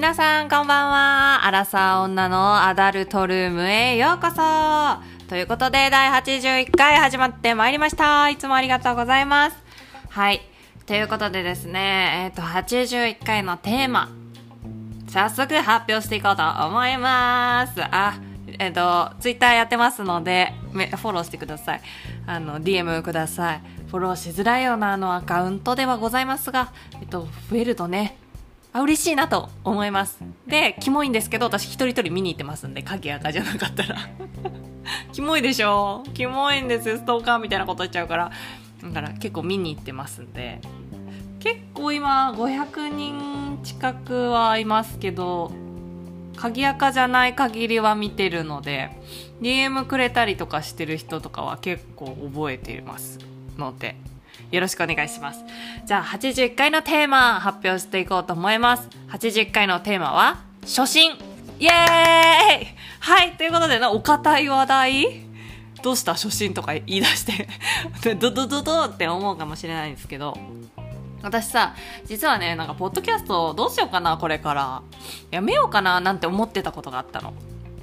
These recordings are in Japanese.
皆さんこんばんは。アラサー女のアダルトルームへようこそということで、第81回始まってまいりました。いつもありがとうございます。はい、ということでですね、81回のテーマ、早速発表していこうと思います。ツイッターやってますのでフォローしてください。DM ください。フォローしづらいようなアカウントではございますが、増えるとね、嬉しいなと思います。で、キモいんですけど、私一人一人見に行ってますんで、鍵垢じゃなかったらキモいでしょ。キモいんですよ。ストーカーみたいなこと言っちゃうから。だから結構見に行ってますんで、結構今500人近くはいますけど、鍵垢じゃない限りは見てるので、 DM くれたりとかしてる人とかは結構覚えていますので、よろしくお願いします。じゃあ81回のテーマ発表していこうと思います。81回のテーマは初心。イエーイ。はい、ということでお堅い話題、どうした初心とか言い出してドって思うかもしれないんですけど、私さ、実はね、ポッドキャストどうしようかな、これからやめようかななんて思ってたことがあったの。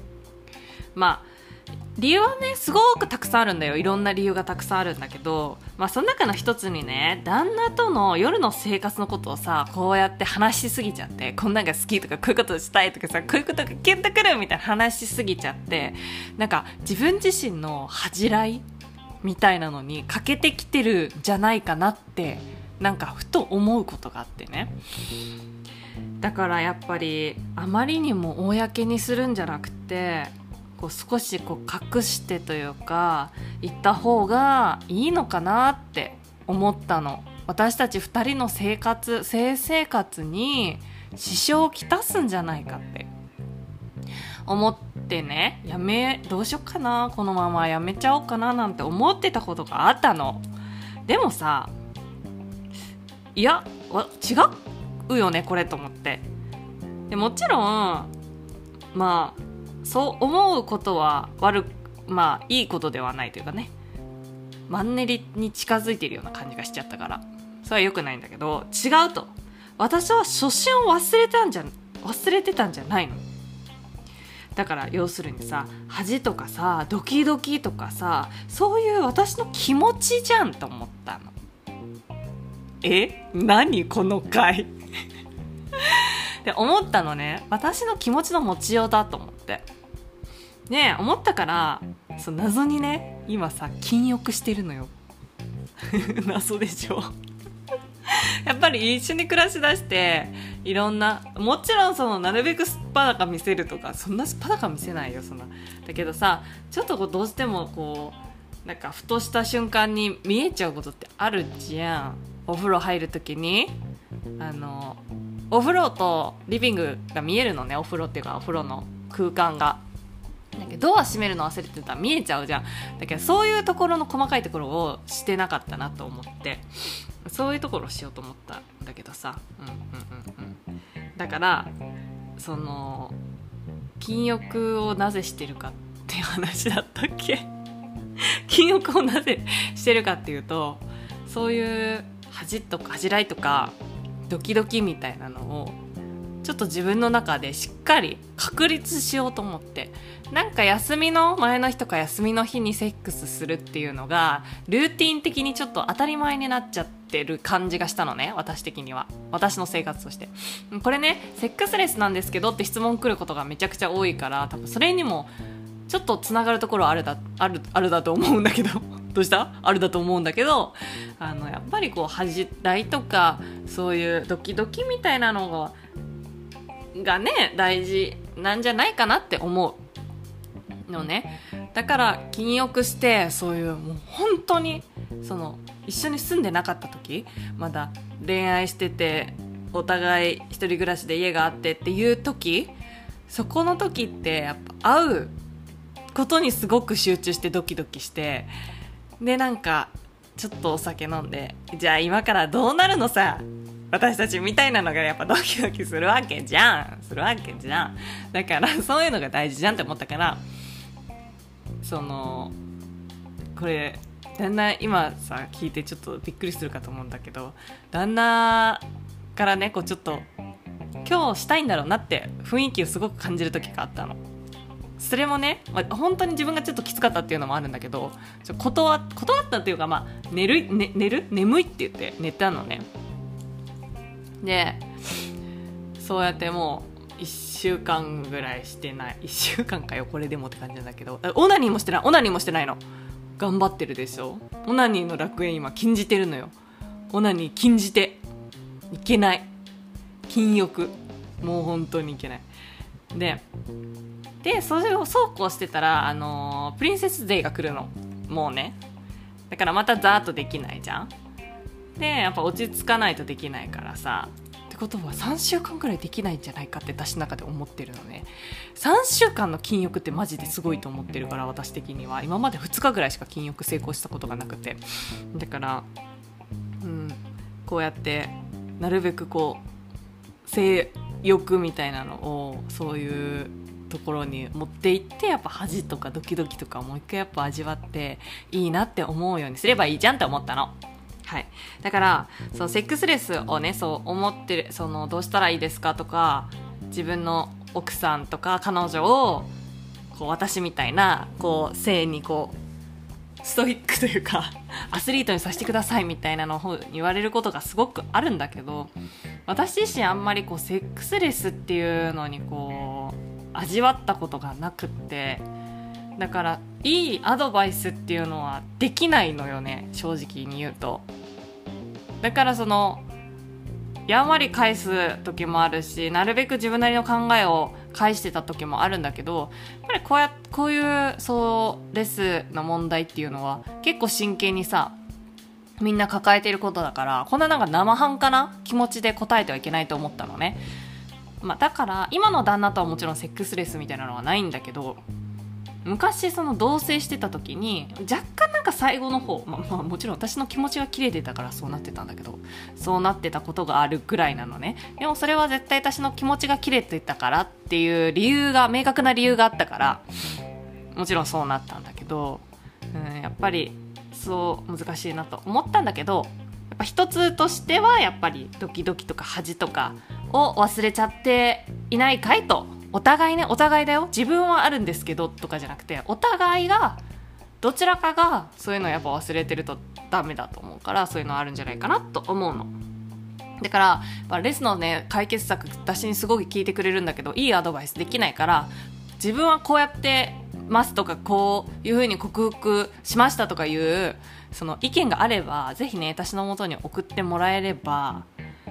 理由はね、すごくたくさんあるんだよ。いろんな理由がたくさんあるんだけど、その中の一つにね、旦那との夜の生活のことをさ、こうやって話しすぎちゃって、こんなんが好きとか、こういうことしたいとかさ、こういうことがキュンとくるみたいな話しすぎちゃって、自分自身の恥じらいみたいなのに欠けてきてるんじゃないかなって、ふと思うことがあってね。だからやっぱりあまりにも公にするんじゃなくて、少し隠してというか言った方がいいのかなって思ったの。私たち2人の性生活に支障をきたすんじゃないかって思ってね、どうしよっかな、このままやめちゃおうかななんて思ってたことがあったの。でもさ、いや違うよねこれと思って。でもちろんそう思うことはいいことではないというかね、マンネリに近づいているような感じがしちゃったから、それは良くないんだけど、違うと。私は初心を忘れてたんじゃないの。だから要するにさ、恥とかさ、ドキドキとかさ、そういう私の気持ちじゃんと思ったの。何この回って思ったのね。私の気持ちの持ちようだと思ってね、思ったから、謎にね、今さ禁欲してるのよ謎でしょやっぱり一緒に暮らしだして、いろんな、もちろんなるべくすっぱだか見せるとか、そんなすっぱだか見せないよ、そんな。だけどさ、ちょっとどうしてもふとした瞬間に見えちゃうことってあるじゃん。お風呂入るときにお風呂とリビングが見えるのね。お風呂っていうかお風呂の空間が。だけどドア閉めるの忘れてたら見えちゃうじゃん。だけどそういうところの細かいところをしてなかったなと思って、そういうところをしようと思ったんだけどさ、だから禁欲をなぜしてるかっていう話だったっけ禁欲をなぜしてるかっていうと、そういう恥じらいとかドキドキみたいなのをちょっと自分の中でしっかり確立しようと思って、休みの前の日とか休みの日にセックスするっていうのがルーティン的にちょっと当たり前になっちゃってる感じがしたのね。私的には、私の生活として。これね、セックスレスなんですけどって質問来ることがめちゃくちゃ多いから、多分それにもちょっとつながるところはあるだと思うんだけどどうしたあるだと思うんだけど、やっぱり恥じらいとかそういうドキドキみたいなのがね、大事なんじゃないかなって思うのね。だから禁欲して、そういうもう本当に一緒に住んでなかった時、まだ恋愛しててお互い一人暮らしで家があってっていう時、そこの時ってやっぱ会うことにすごく集中してドキドキして、でちょっとお酒飲んで、じゃあ今からどうなるのさ私たちみたいなのがやっぱドキドキするわけじゃん。だからそういうのが大事じゃんって思ったから、これ旦那今さ聞いてちょっとびっくりするかと思うんだけど、旦那からねちょっと今日したいんだろうなって雰囲気をすごく感じる時があったの。それもね、本当に自分がちょっときつかったっていうのもあるんだけど、断ったっていうか、眠いって言って寝たのね。でそうやってもう1週間ぐらいしてない、1週間かよこれでもって感じなんだけど、オナニーもしてないの。頑張ってるでしょ。オナニーの楽園今禁じてるのよ。オナニー禁じていけない、禁欲、もう本当にいけない。でそれをそうこうしてたら、プリンセスデーが来るの。もうね、だからまたザーッとできないじゃん。でやっぱ落ち着かないとできないからさ、ってことは3週間くらいできないんじゃないかって私の中で思ってるのね。3週間の禁欲ってマジですごいと思ってるから、私的には今まで2日ぐらいしか禁欲成功したことがなくて、だからこうやってなるべくこう性欲みたいなのをそういうところに持っていって、やっぱ恥とかドキドキとかもう一回やっぱ味わっていいなって思うようにすればいいじゃんって思ったの。はい、だからそのセックスレスをね、そう思ってる、そのどうしたらいいですかとか、自分の奥さんとか彼女をこう私みたいなこう性にこうストイックというかアスリートにさせてくださいみたいなのを言われることがすごくあるんだけど、私自身あんまりこうセックスレスっていうのにこう味わったことがなくって、だからいいアドバイスっていうのはできないのよね、正直に言うと。だからそのやんわり返す時もあるし、なるべく自分なりの考えを返してた時もあるんだけど、やっぱりこういうそうレスの問題っていうのは結構真剣にさ、みんな抱えていることだから、こんななんか生半可な気持ちで答えてはいけないと思ったのね。だから今の旦那とはもちろんセックスレスみたいなのはないんだけど、昔その同棲してた時に若干なんか最後の方、もちろん私の気持ちが切れてたからそうなってたんだけど、そうなってたことがあるぐらいなのね。でもそれは絶対私の気持ちが切れてたからっていう明確な理由があったから、もちろんそうなったんだけど、やっぱりそう難しいなと思ったんだけど、やっぱ一つとしてはやっぱりドキドキとか恥とかを忘れちゃっていないかいと。お互いだよ、自分はあるんですけどとかじゃなくて、お互いがどちらかがそういうのをやっぱ忘れてるとダメだと思うから、そういうのあるんじゃないかなと思うの。だからレスのね解決策私にすごく聞いてくれるんだけど、いいアドバイスできないから、自分はこうやってますとかこういう風に克服しましたとかいうその意見があれば、ぜひね私の元に送ってもらえれば、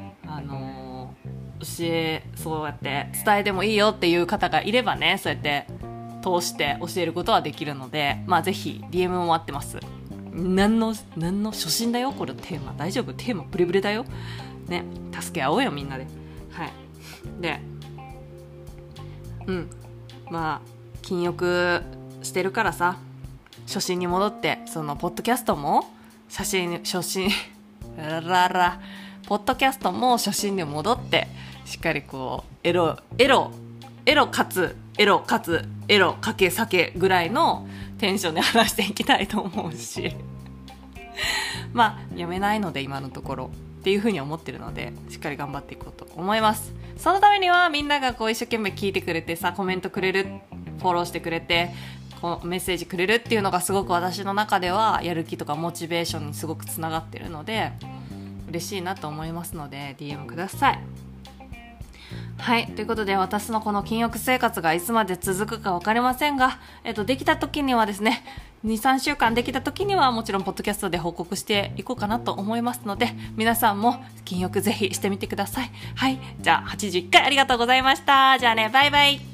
そうやって伝えてもいいよっていう方がいればね、そうやって通して教えることはできるので、ぜひ DM も待ってます。何の初心だよこれ、テーマ大丈夫、テーマブレブレだよね、助け合おうよみんなで。はいで禁欲してるからさ、初心に戻って、そのポッドキャストもポッドキャストも初心に戻って、しっかりこうエロかつエロかけ酒ぐらいのテンションで話していきたいと思うし読めないので今のところっていう風に思ってるので、しっかり頑張っていこうと思います。そのためにはみんながこう一生懸命聞いてくれてさ、コメントくれる、フォローしてくれて、こうメッセージくれるっていうのがすごく私の中ではやる気とかモチベーションにすごくつながってるので嬉しいなと思いますので DM ください。はい、ということで私のこの禁欲生活がいつまで続くか分かりませんが、できた時にはですね、2,3 週間できた時にはもちろんポッドキャストで報告していこうかなと思いますので、皆さんも禁欲ぜひしてみてください。はい、じゃあ81回ありがとうございました。じゃあね、バイバイ。